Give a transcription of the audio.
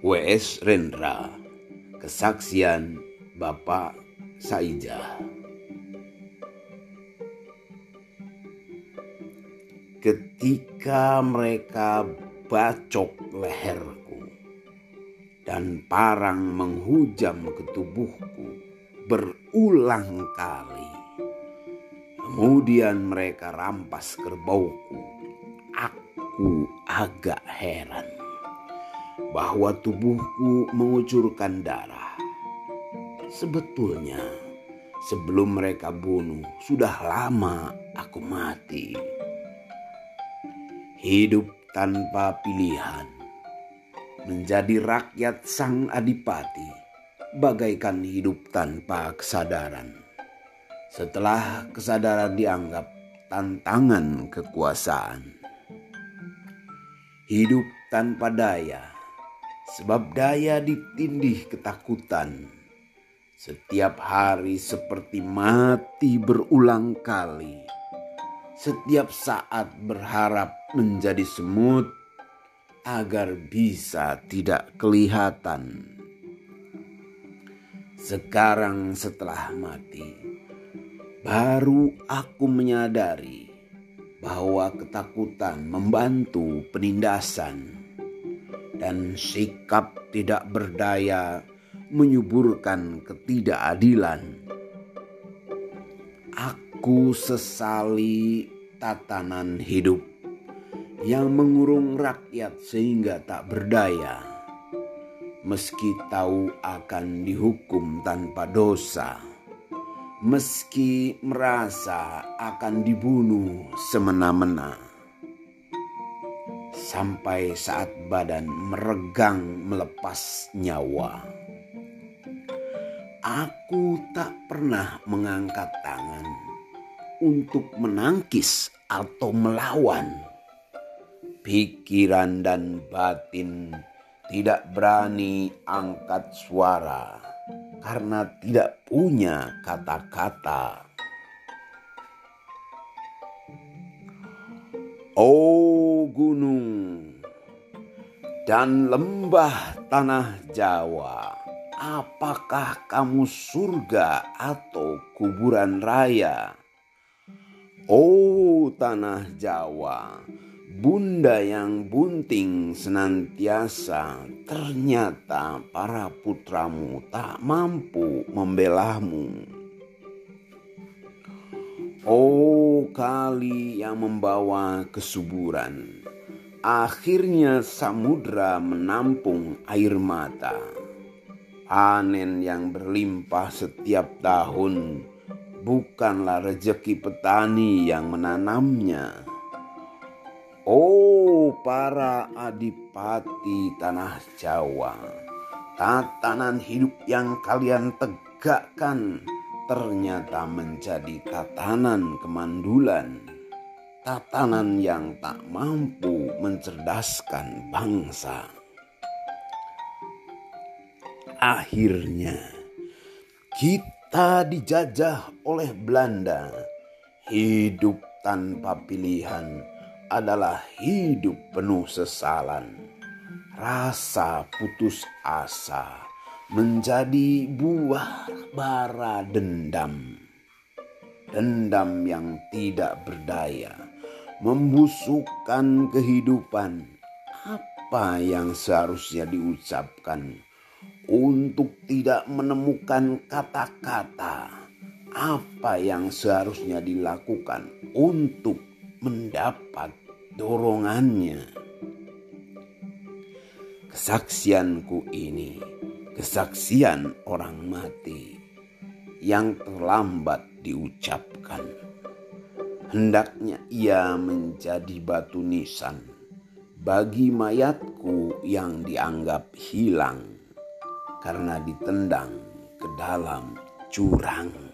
W.S. Rendra, kesaksian Bapak Saija. Ketika mereka bacok leherku dan parang menghujam ke tubuhku berulang kali, kemudian mereka rampas kerbauku, aku agak heran bahwa tubuhku mengucurkan darah. Sebetulnya sebelum mereka bunuh sudah lama aku mati. Hidup tanpa pilihan, menjadi rakyat sang adipati, bagaikan hidup tanpa kesadaran. Setelah kesadaran dianggap tantangan kekuasaan. Hidup tanpa daya, sebab daya ditindih ketakutan. Setiap hari seperti mati berulang kali. Setiap saat berharap menjadi semut agar bisa tidak kelihatan. Sekarang setelah mati, baru aku menyadari bahwa ketakutan membantu penindasan dan sikap tidak berdaya menyuburkan ketidakadilan. Aku sesali tatanan hidup yang mengurung rakyat sehingga tak berdaya, meski tahu akan dihukum tanpa dosa, meski merasa akan dibunuh semena-mena, sampai saat badan meregang melepas nyawa. Aku tak pernah mengangkat tangan untuk menangkis atau melawan. Pikiran dan batin tidak berani angkat suara karena tidak punya kata-kata. Oh gunung dan lembah tanah Jawa, apakah kamu surga atau kuburan raya? Oh tanah Jawa, bunda yang bunting senantiasa, ternyata para putramu tak mampu membelamu. Oh kali yang membawa kesuburan, akhirnya samudra menampung air mata. Panen yang berlimpah setiap tahun bukanlah rezeki petani yang menanamnya. Oh para adipati tanah Jawa, tatanan hidup yang kalian tegakkan ternyata menjadi tatanan kemandulan. Tatanan yang tak mampu mencerdaskan bangsa. Akhirnya kita dijajah oleh Belanda. Hidup tanpa pilihan adalah hidup penuh sesalan. Rasa putus asa menjadi buah bara dendam. Dendam yang tidak berdaya membusukkan kehidupan. Apa yang seharusnya diucapkan untuk tidak menemukan kata-kata, apa yang seharusnya dilakukan untuk mendapat dorongannya. Kesaksianku ini kesaksian orang mati yang terlambat diucapkan. Hendaknya ia menjadi batu nisan bagi mayatku yang dianggap hilang karena ditendang ke dalam jurang.